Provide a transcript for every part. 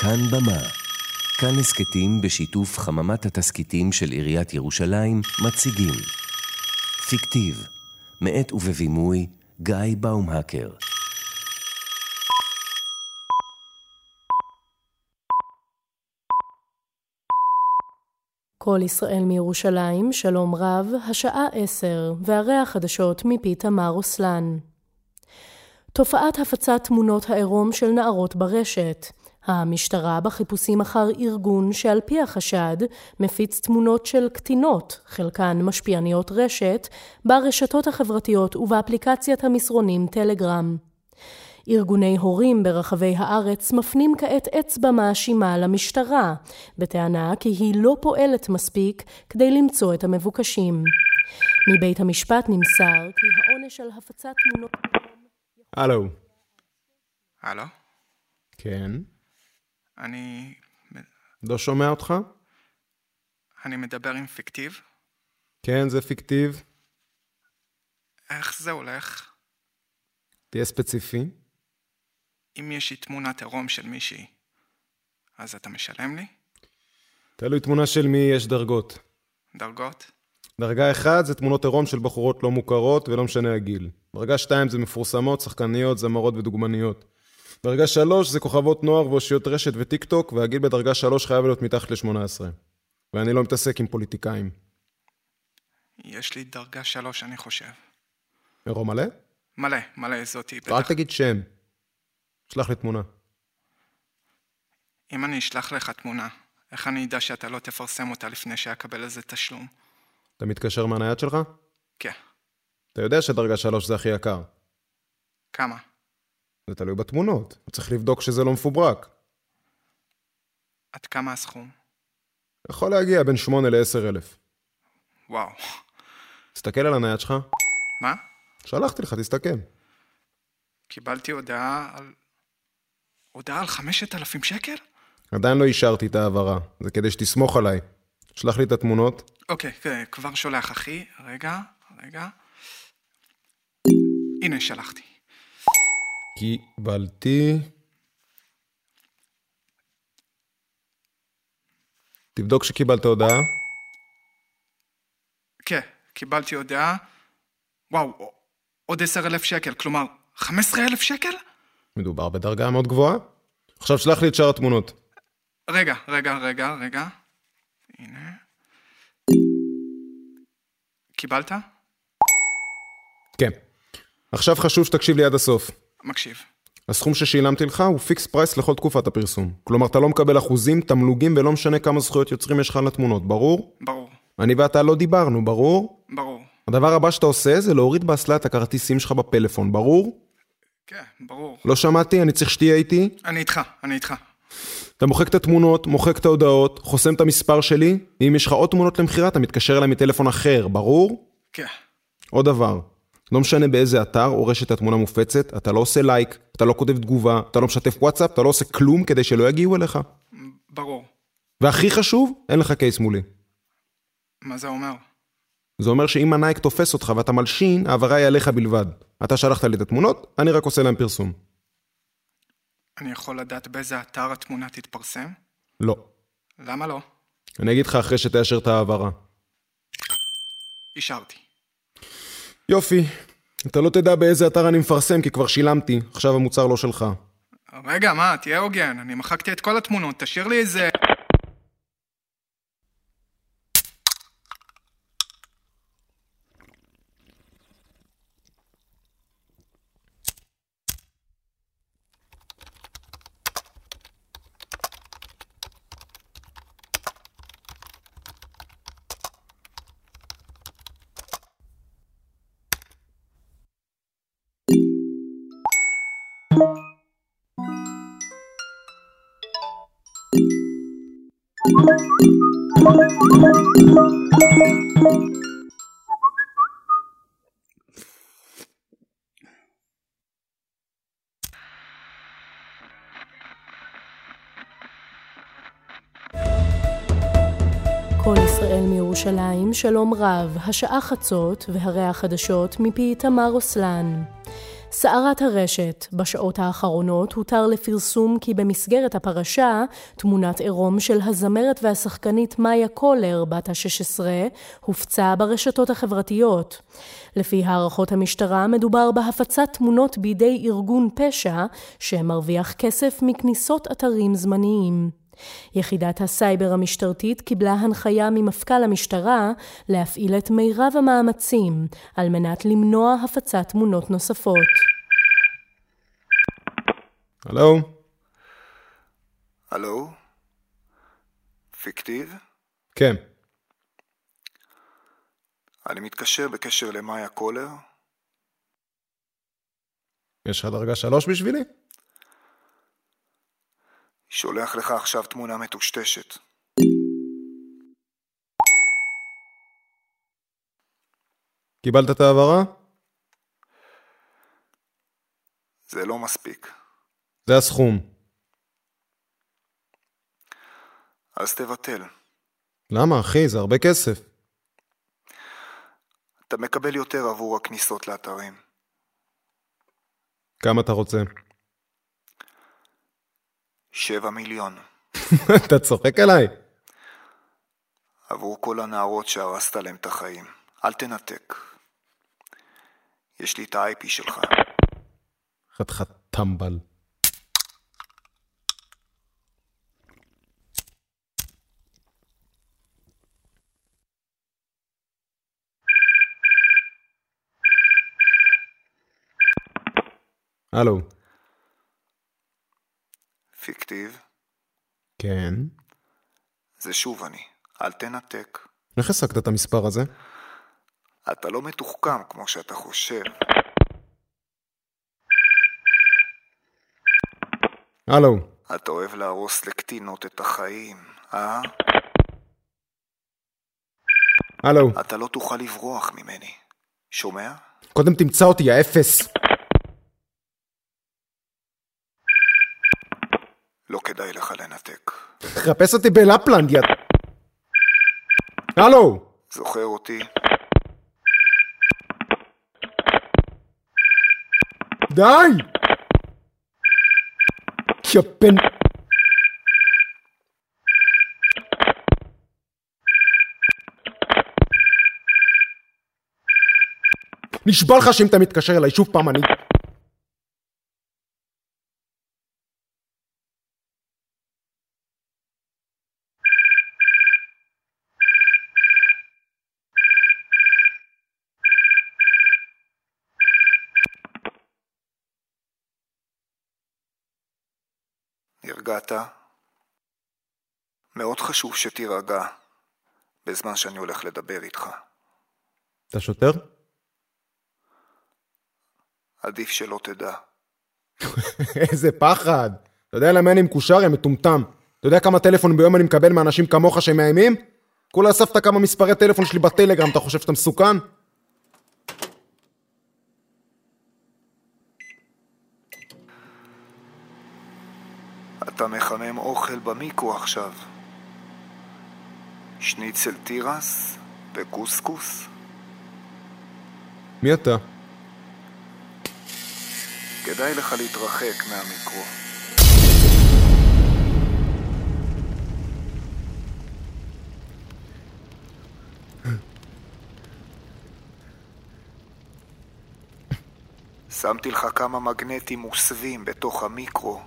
כאן במה. כאן הסקטים בשיתוף חממת התסקיטים של עיריית ירושלים מציגים פיקטיב, מאת ובבימוי גיא באומהקר. כל ישראל מירושלים, שלום רב, השעה 10, והרי החדשות מפי תמר רוסלן. תופעת הפצת תמונות העירום של נערות ברשת. המשטרה בחיפושים אחר ארגון שעל פי החשד מפיץ תמונות של קטינות, חלקן משפיעניות רשת, ברשתות החברתיות ובאפליקציית המסרונים טלגרם. ארגוני הורים ברחבי הארץ מפנים כעת אצבע מאשימה למשטרה, בטענה כי היא לא פועלת מספיק כדי למצוא את המבוקשים. מבית המשפט נמסר כי העונש על הפצת תמונות... הלו. הלו? כן. אני... לא שומע אותך? אני מדבר עם פיקטיב? כן, זה פיקטיב. איך זה הולך? תהיה ספציפי. אם יש לי תמונת עירום של מישהי, אז אתה משלם לי? תלוי תמונה של מי יש דרגות. דרגות? דרגה 1 זה תמונות עירום של בחורות לא מוכרות ולא משנה הגיל. דרגה 2 זה מפורסמות, שחקניות, זמרות ודוגמניות. דרגה 3 זה כוכבות נוער ואושיות רשת וטיק טוק, והגיל בדרגה 3 חייב להיות מתחת ל-18. ואני לא מתעסק עם פוליטיקאים. יש לי דרגה 3 אני חושב. עירום מלא? מלא, זאתי. אל תגיד שם. שלח לי תמונה. אם אני אשלח לך תמונה, איך אני אדע שאתה לא תפרסם אותה לפני שאקבל איזה תשלום? אתה מתקשר מהנייד שלך? כן. אתה יודע שדרגה 3 זה הכי יקר. כמה? זה תלוי בתמונות. צריך לבדוק שזה לא מפוברק. עד כמה הסכום? יכול להגיע בין 8 ל-10,000. וואו. תסתכל על הנייד שלך. מה? שלחתי לך, תסתכל. קיבלתי הודעה על 5,000 שקל? עדיין לא אישרתי את העברה. זה כדי שתסמוך עליי. שלח לי את התמונות. אוקיי, כבר שולח אחי. רגע. הנה, שלחתי. קיבלתי. תבדוק שקיבלת הודעה. כן, קיבלתי הודעה. וואו, עוד 10,000 שקל, כלומר 15,000 שקל? מדובר בדרגה מאוד גבוהה. עכשיו שלח לי את שאר התמונות. רגע. הנה. קיבלת? כן. עכשיו חשוב שתקשיב לי עד הסוף. מקשיב. הסכום ששילמתי לך הוא פיקס פרייס לכל תקופת הפרסום. כלומר, אתה לא מקבל אחוזים, תמלוגים, ולא משנה כמה זכויות יוצרים יש לך לתמונות. ברור? ברור. אני ואתה לא דיברנו, ברור? ברור. הדבר הבא שאתה עושה זה להוריד באסלה את הכרטיסים שלך בפלאפון, ברור? כן, ברור. לא שמעתי, אני צריך שתהיה איתי. אני איתך. אתה מוחק את התמונות, מוחק את ההודעות, חוסם את המספר שלי, ואם יש לך עוד תמונות למחירה, אתה מתקשר אליי מטלפון אחר, ברור? כן. עוד דבר, לא משנה באיזה אתר או רשת התמונה מופצת, אתה לא עושה לייק, אתה לא כותב תגובה, אתה לא משתף וואטסאפ, אתה לא עושה כלום כדי שלא יגיעו אליך. ברור. והכי חשוב, אין לך קייס מולי. מה זה אומר? זה אומר שאם הנייק תופס אותך ואתה מלשין, העברה היא עליך בלבד. אתה שלחת לי את התמונות, אני רק עושה להם פרסום. אני יכול לדעת באיזה אתר התמונה תתפרסם? לא. למה לא? אני אגיד לך אחרי שתאשר את העברה. אישרתי. יופי. אתה לא תדע באיזה אתר אני מפרסם, כי כבר שילמתי. עכשיו המוצר לא שלך. רגע, מה? תהיה הוגן. אני מחקתי את כל התמונות. תשאיר לי איזה... כל ישראל מירושלים, שלום רב, השעה חצות והרי החדשות מפי תמר רוסלן. סערת הרשת. בשעות האחרונות הותר לפרסום כי במסגרת הפרשה, תמונת עירום של הזמרת והשחקנית מאיה קולר, בת ה-16, הופצה ברשתות החברתיות. לפי הערכות המשטרה, מדובר בהפצת תמונות בידי ארגון פשע, שמרוויח כסף מכניסות אתרים זמניים. יחידת הסייבר המשטרתית קיבלה הנחיה ממפכ"ל המשטרה להפעיל את מירב המאמצים על מנת למנוע הפצת תמונות נוספות. הלו? הלו? פיקטיב? כן. אני מתקשר בקשר למאיה קולר. יש לך דרגה 3 בשבילי? שולח לך עכשיו תמונה מטושטשת. קיבלת את העברה? זה לא מספיק. זה הסכום. אז תבטל. למה, אחי? זה הרבה כסף. אתה מקבל יותר עבור הכניסות לאתרים. כמה אתה רוצה? 7 מיליון. אתה צוחק עליי? עבור כל הנערות שהרסת להם את החיים. אל תנתק. יש לי את ה-IP שלך. חתיכת טמבל. הלו. פיקטיב? כן. זה שוב אני. אל תנתק. איך השגת את המספר הזה? אתה לא מתוחכם כמו שאתה חושב. הלו. אתה אוהב להרוס לקטינות את החיים, אה? הלו. אתה לא תוכל לברוח ממני. שומע? קודם תמצא אותי, יא אפס. לא כדאי לך לנתק. תחפש אותי בלפלנד, יא... הלו. זוכר אותי? די! יפן... נשבע לך שאם אתה מתקשר אליי שוב פעם אני... נרגעת? מאוד חשוב שתירגע בזמן שאני הולך לדבר איתך. אתה שוטר? עדיף שלא תדע. איזה פחד. אתה יודע למה אני מקושר? הם מטומטם. אתה יודע כמה טלפון ביום אני מקבל מאנשים כמוך שמאיימים? כולה אספת כמה מספרי טלפון שלי בטלגרם, אתה חושב שאתה מסוכן? אתה מחמם אוכל במיקרו עכשיו. שניצל תירס וקוסקוס. מי אתה? כדאי לך להתרחק מהמיקרו. שמתי לך כמה מגנטים מוסווים בתוך המיקרו.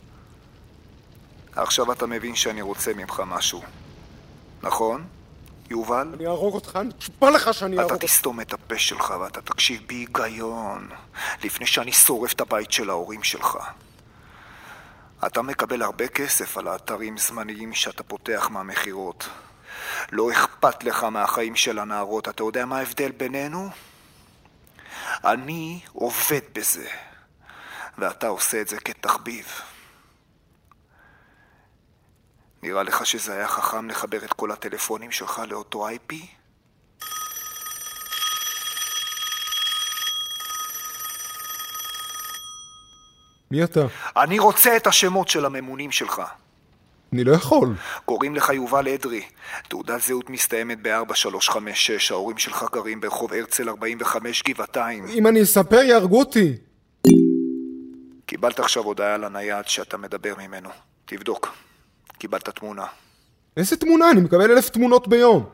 עכשיו אתה מבין שאני רוצה ממך משהו. נכון? יובל? אני ארוג אותך, אני תשפע לך שאני ארוג אותך. אתה תסתום את הפה שלך ואתה תקשיב בהיגיון לפני שאני שורף את הבית של ההורים שלך. אתה מקבל הרבה כסף על האתרים זמניים שאתה פותח מהמחירות. לא אכפת לך מהחיים של הנערות. אתה יודע מה ההבדל בינינו? אני עובד בזה ואתה עושה את זה כתחביב. נראה לך שזה היה חכם לחבר את כל הטלפונים שלך לאותו IP? מי אתה? אני רוצה את השמות של הממונים שלך. אני לא יכול. קוראים לך יובל אדרי. תעודת זהות מסתיימת ב-4356. ההורים שלך גרים ברחוב הרצל 45 גבעתיים. אם אני אספר יהרגו אותי. קיבלת עכשיו הודעה לנייד שאתה מדבר ממנו. תבדוק. קיבלת תמונה. איזה תמונה? אני מקבל 1,000 תמונות ביום.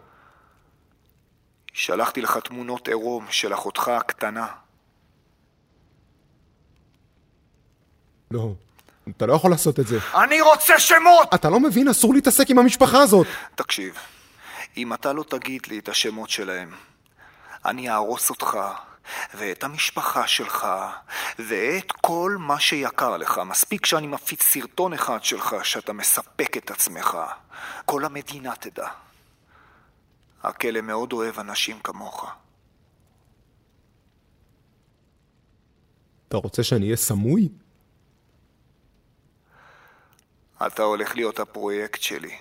שלחתי לך תמונות עירום של אחותך הקטנה. לא, אתה לא יכול לעשות את זה. אני רוצה שמות! אתה לא מבין, אסור להתעסק עם המשפחה הזאת. תקשיב, אם אתה לא תגיד לי את השמות שלהם, אני אהרוס אותך ואת המשפחה שלך ואת כל מה שיקר לך. מספיק שאני מפיץ סרטון אחד שלך שאתה מספק את עצמך. כל המדינה תדע. הכלא מאוד אוהב אנשים כמוך. אתה רוצה שאני אהיה סמוי? אתה הולך להיות הפרויקט שלי.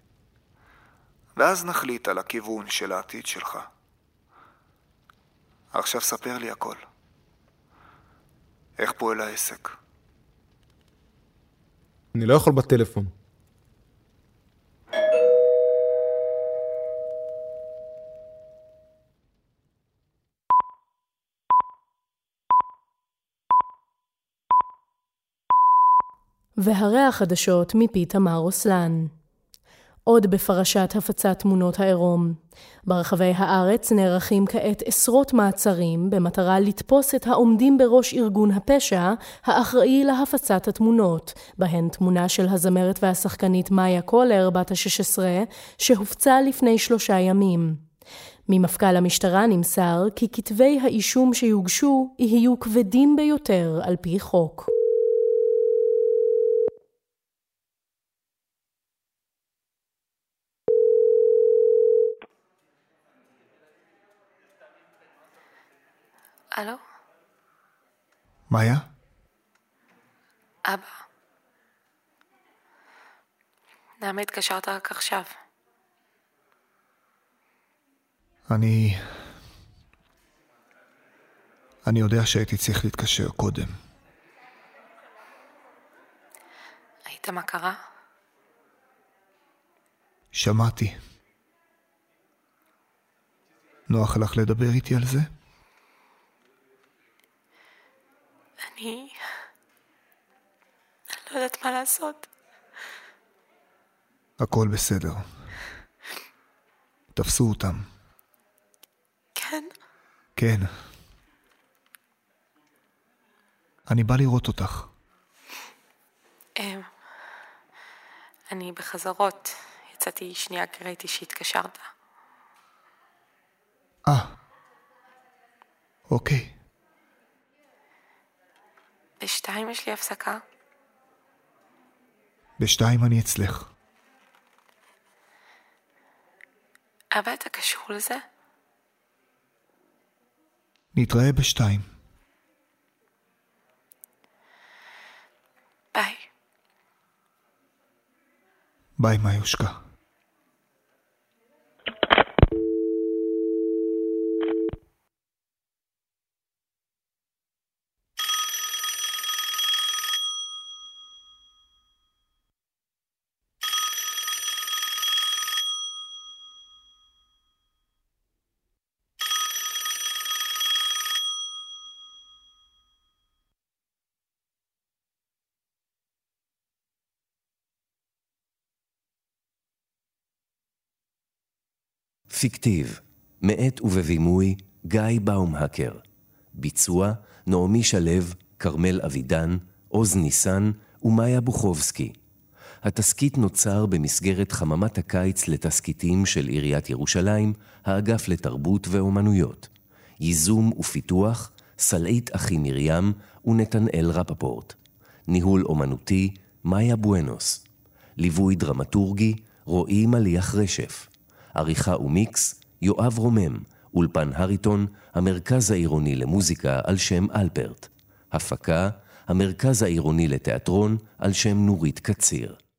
ואז נחליט על הכיוון של העתיד שלך. עכשיו ספר לי הכל. איך פועל העסק? אני לא יכול בטלפון. והרי החדשות מפי תמר רוסלן. עוד בפרשת הפצת תמונות העירום. ברחבי הארץ נערכים כעת עשרות מעצרים במטרה לתפוס את העומדים בראש ארגון הפשע האחראי להפצת התמונות, בהן תמונה של הזמרת והשחקנית מאיה קולר בת ה-16 שהופצה לפני 3 ימים. ממפכ"ל המשטרה נמסר כי כתבי האישום שיוגשו יהיו כבדים ביותר על פי חוק. אלו? מאיה? אבא. למה התקשרת רק עכשיו? אני יודע שהייתי צריך להתקשר קודם. היית מה קרה? שמעתי. נוח לך לדבר איתי על זה? אני לא יודעת מה לעשות. הכל בסדר. תפסו אותם. כן? כן. אני בא לראות אותך. אני בחזרות. יצאתי שנייה כי ראיתי שהתקשרת. אוקיי. 2 יש לי הפסקה. 2 אני אצלך. אבא, אתה קשור לזה? נתראה 2. ביי. ביי מאיושקה. פיקטיב, מאת ובבימוי גיא באומהקר. ביצוע נעמי שלו, כרמל אבידן, עוז ניסן ומאיה בוכובסקי. התסקית נוצר במסגרת חממת הקיץ לתסקיטים של עיריית ירושלים, האגף לתרבות ואומנויות. ייזום ופיתוח, סלעית אחי מרים ונתנאל רפפורט. ניהול אומנותי, מאיה בואנוס. ליווי דרמטורגי, רועי מליח רשף. עריכה ומיקס, יואב רומם, אולפן הריטון, המרכז העירוני למוזיקה על שם אלפרט. הפקה, המרכז העירוני לתיאטרון על שם נורית קציר.